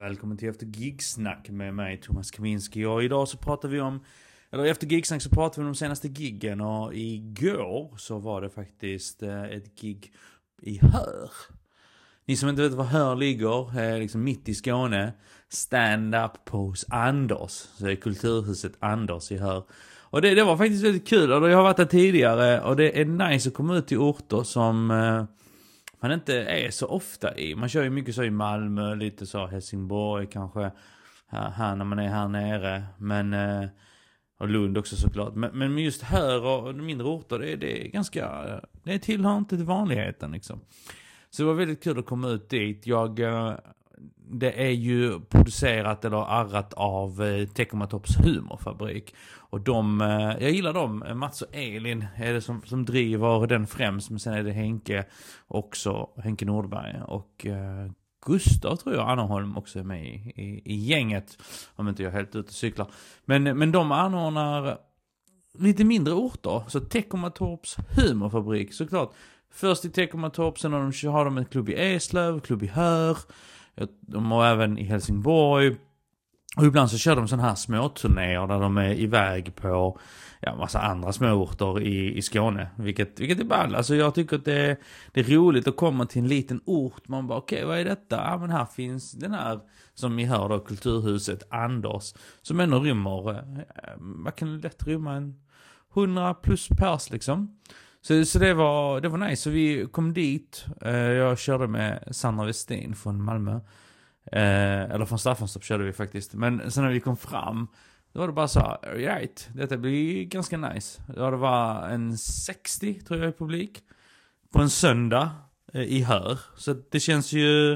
Välkommen till Efter Gigsnack med mig, Thomas Kaminski. Och idag så pratar vi om, eller efter Gigsnack så pratar vi om de senaste giggen. Och igår så var det faktiskt ett gig i Hör. Ni som inte vet var Hör ligger, är liksom mitt i Skåne. Stand-up hos Anders. Så det är Kulturhuset Anders i Hör. Och det var faktiskt väldigt kul. Och jag har varit där tidigare. Och det är nice att komma ut till orter som man inte är så ofta i. Man kör ju mycket så i Malmö, lite så Helsingborg kanske. Här när man är här nere. Men och Lund också såklart. Men just Hör och mindre orter, det är ganska, det tillhör inte till vanligheten liksom. Så det var väldigt kul att komma ut dit. Det är ju producerat eller arrat av Teckomatops humorfabrik. Och jag gillar dem. Mats och Elin är det som driver den främst. Men sen är det Henke också, Henke Nordberg. Och Gustav tror jag, Annaholm också är med i gänget. Om inte jag är helt ute och cyklar. Men de anordnar lite mindre orter. Så Teckomatops humorfabrik såklart. Först i Teckomatorp, sen har de en klubb i Eslöv, klubb i Hör. De har även i Helsingborg. Och ibland så kör de sådana här småturnéer där de är iväg på massa andra småorter i Skåne. Vilket är ball. Alltså jag tycker att det är roligt att komma till en liten ort. Man bara okej, vad är detta? Ja, men här finns den här som ni hör då, Kulturhuset Anders. Som ändå rymmer, man kan lätt rymma en 100 plus pers liksom. Så det var nice. Så vi kom dit. Jag körde med Sandra Westin från Malmö. Eller från Staffanstorp körde vi faktiskt. Men sen när vi kom fram, då var det bara så right, detta blir ganska nice. Det var en 60 tror jag i publik. På en söndag i Hör. Så det känns ju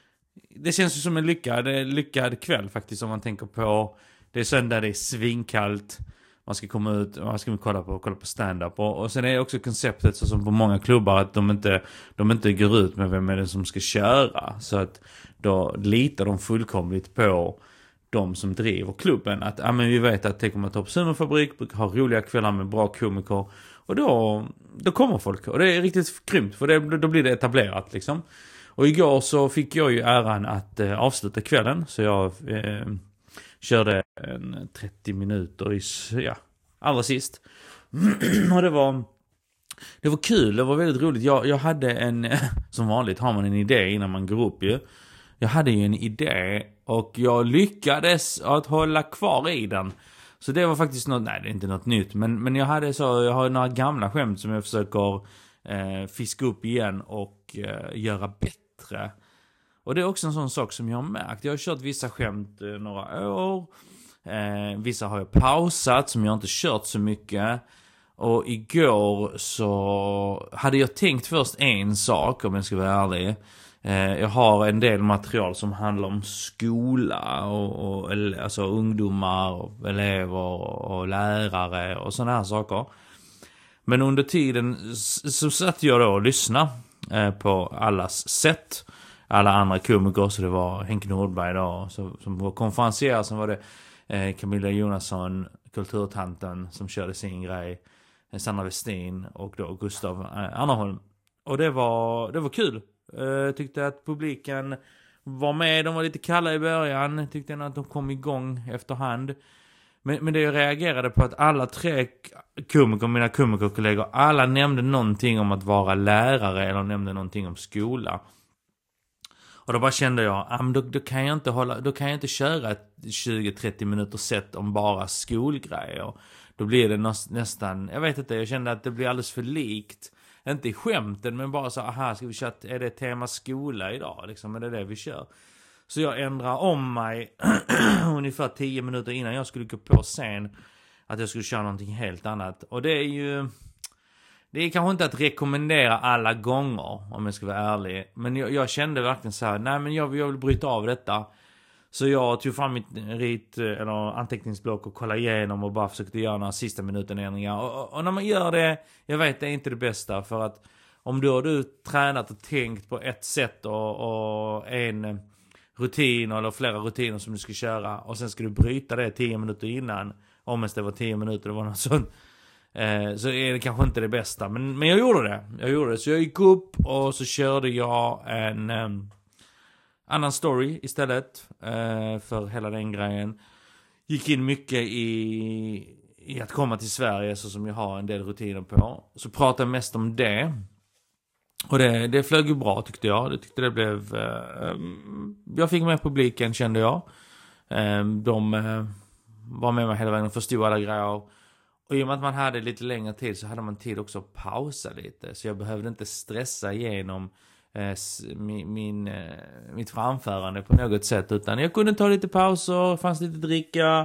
som en lyckad kväll faktiskt. Om man tänker på, det är söndag, det är svinkallt. Man ska komma ut, man ska kolla på stand-up. Och sen är det också konceptet så som på många klubbar att de inte går ut med vem är det som ska köra. Så att då litar de fullkomligt på de som driver klubben. Att men vi vet att Teckomatops humorfabrik brukar ha roliga kvällar med bra komiker. Och då kommer folk. Och det är riktigt grymt för då blir det etablerat liksom. Och igår så fick jag ju äran att avsluta kvällen. Så jag körde en 30 minuter allra sist. Och det var kul, det var väldigt roligt. Jag hade som vanligt har man en idé innan man går upp ju. Jag hade ju en idé och jag lyckades att hålla kvar i den. Så det var faktiskt det är inte något nytt. Men jag har några gamla skämt som jag försöker fiska upp igen och göra bättre. Och det är också en sån sak som jag har märkt. Jag har kört vissa skämt några år. Vissa har jag pausat som jag inte kört så mycket. Och igår så hade jag tänkt först en sak, om jag ska vara ärlig. Jag har en del material som handlar om skola och alltså ungdomar och elever och lärare och sådana här saker. Men under tiden så satt jag då och lyssnade på allas sätt. Alla andra komiker, så det var Henke Nordberg då, som var konferencier. Sen var det Camilla Jonasson, kulturtanten, som körde sin grej. Sandra Westin och då Gustav Annaholm. Och det var kul. Tyckte att publiken var med. De var lite kalla i början. Tyckte att de kom igång efterhand. Men det jag reagerade på att alla tre komiker, mina komikerkollegor, alla nämnde någonting om att vara lärare eller nämnde någonting om skola. Och då bara kände jag, då kan jag inte köra ett 20-30 minuters set om bara skolgrejer. Då blir det nästan, jag vet inte, jag kände att det blir alldeles för likt. Inte i skämten, men bara så, ska vi köra, är det tema skola idag? Liksom, är det vi kör? Så jag ändrar om mig ungefär 10 minuter innan jag skulle gå på scen att jag skulle köra någonting helt annat. Och det är kanske inte att rekommendera alla gånger, om jag ska vara ärlig. Men jag kände verkligen så här, men jag vill bryta av detta. Så jag tog fram mitt anteckningsblock och kollade igenom och bara försökte göra några sista minuten-ändringar. Och när man gör det, jag vet det är inte det bästa. För att om du har tränat och tänkt på ett sätt och en rutin eller flera rutiner som du ska köra. Och sen ska du bryta det 10 minuter innan. Om det var 10 minuter, det var något sånt. Så är det kanske inte det bästa. Men jag gjorde det. Så jag gick upp och så körde jag annan story istället för hela den grejen. Gick in mycket i att komma till Sverige, så som jag har en del rutiner på. Så pratade jag mest om det. Och det flög ju bra, tyckte jag. Jag tyckte det blev... jag fick med publiken, kände jag. De var med mig hela vägen och förstod alla grejer. Och i och med att man hade lite längre tid så hade man tid också att pausa lite. Så jag behövde inte stressa igenom mitt framförande på något sätt. Utan jag kunde ta lite pauser, fanns lite dricka.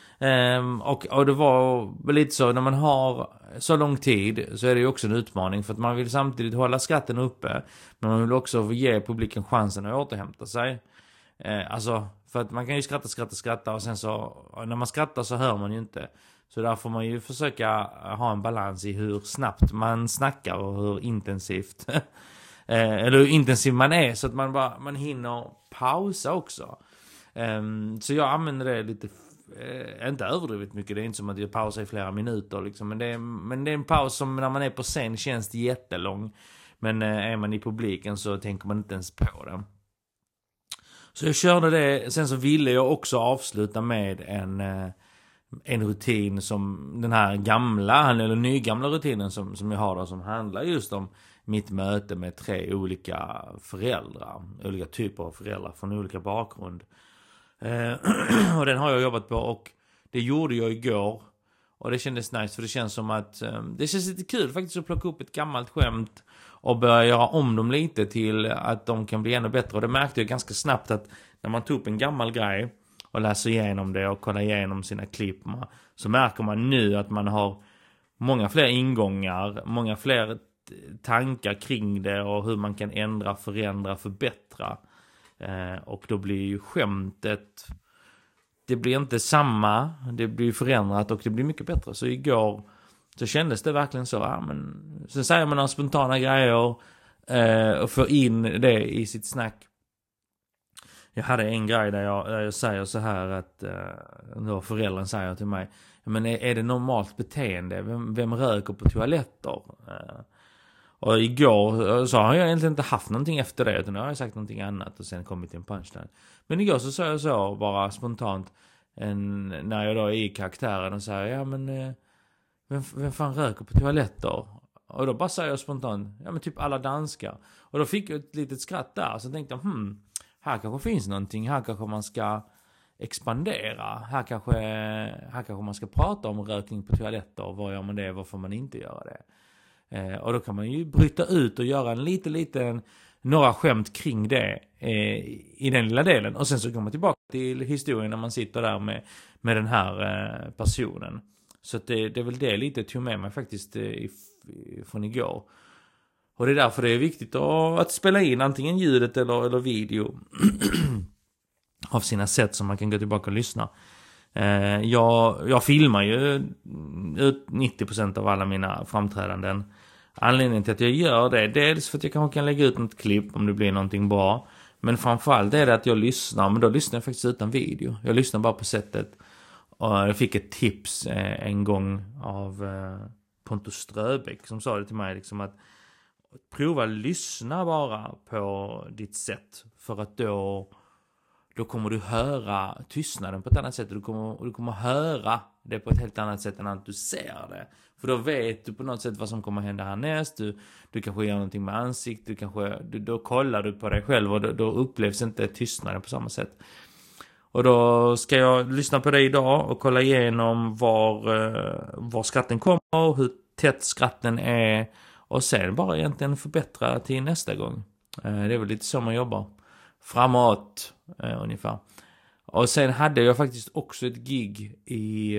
Och det var lite så, när man har så lång tid så är det ju också en utmaning, för att man vill samtidigt hålla skatten uppe, men man vill också ge publiken chansen att återhämta sig. Alltså, för att man kan ju skratta och sen så, när man skrattar så hör man ju inte. Så där får man ju försöka ha en balans i hur snabbt man snackar och hur intensivt eller hur intensiv man är, så att man hinner pausa också. Så jag använder det lite, inte överdrivet mycket. Det är inte som att jag pausar i flera minuter liksom. Men det är en paus som när man är på scen känns jättelång. Men är man i publiken så tänker man inte ens på det. Så jag körde det. Sen så ville jag också avsluta med en rutin som den här gamla eller nygamla rutinen som jag har då, som handlar just om mitt möte med 3 olika föräldrar. Olika typer av föräldrar från olika bakgrund. Och den har jag jobbat på, och det gjorde jag igår. Och det kändes nice, för det känns som att det känns lite kul faktiskt att plocka upp ett gammalt skämt och börja göra om dem lite till att de kan bli ännu bättre. Och det märkte jag ganska snabbt, att när man tog upp en gammal grej och läser igenom det och kollar igenom sina klipp, så märker man nu att man har många fler ingångar, många fler tankar kring det och hur man kan ändra, förändra, förbättra. Och då blir ju skämtet, det blir inte samma, det blir förändrat och det blir mycket bättre. Så igår så kändes det verkligen så, men så säger man några spontana grejer och får in det i sitt snack. Jag hade en grej där jag säger så här att då föräldern säger till mig, men är det normalt beteende? Vem röker på toaletter? Och igår så har jag egentligen inte haft någonting efter det, utan jag har sagt någonting annat och sen kommit till en punchline. Men igår så sa jag så bara spontant, när jag då är i karaktären och säger, ja men vem fan röker på toaletter? Och då bara säger jag spontant, ja men typ alla danskar. Och då fick jag ett litet skratt där, så tänkte jag, här kanske finns någonting, här kanske man ska expandera, här kanske man ska prata om rökning på toaletter, vad gör man det, varför man inte gör det. Och då kan man ju bryta ut och göra en liten några skämt kring det i den lilla delen. Och sen så kommer man tillbaka till historien när man sitter där med den här personen. Så att det är väl det lite jag tog med mig faktiskt från igår. Och det är därför det är viktigt att spela in antingen ljudet eller video av sina sätt, som man kan gå tillbaka och lyssna. Jag filmar ju 90% av alla mina framträdanden. Anledningen till att jag gör det, dels för att jag kanske kan lägga ut något klipp om det blir någonting bra. Men framförallt är det att jag lyssnar, men då lyssnar jag faktiskt utan video. Jag lyssnar bara på sättet. Och jag fick ett tips en gång av Pontus Ströbeck som sa det till mig, liksom att prova lyssna bara på ditt sätt, för att då kommer du höra tystnaden på ett annat sätt. Du kommer höra det på ett helt annat sätt än att du ser det. För då vet du på något sätt vad som kommer hända härnäst. Du kanske gör någonting med ansiktet. Då kollar du på dig själv och då upplevs inte tystnaden på samma sätt. Och då ska jag lyssna på det idag och kolla igenom var skratten kommer och hur tätt skratten är. Och sen bara egentligen förbättra till nästa gång. Det är väl lite så man jobbar. Framåt ungefär. Och sen hade jag faktiskt också ett gig i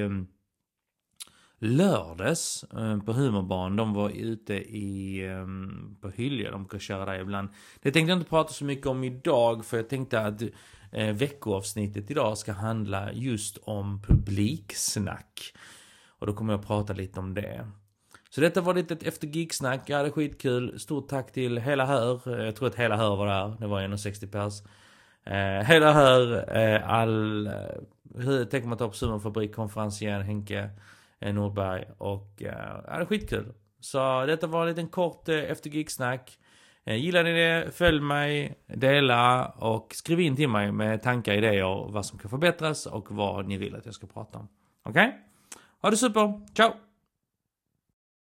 lördags på Humorbarn. De var ute på Hylje. De kan köra där ibland. Det tänkte jag inte prata så mycket om idag, för jag tänkte att veckoavsnittet idag ska handla just om publiksnack. Och då kommer jag prata lite om det. Så detta var lite ett eftergigsnack. Jag hade skitkul. Stort tack till Hela Hör. Jag tror att Hela Hör var där. Det var 160 pers. Hela Hör, Teckomatorps Humorfabrik, konferencier Henke Nordberg. Och det är skitkul. Så detta var en liten kort eftergigsnack. Gillar ni det, följ mig, dela och skriv in till mig med tankar, idéer, vad som kan förbättras och vad ni vill att jag ska prata om. Okej? Ha det super, ciao!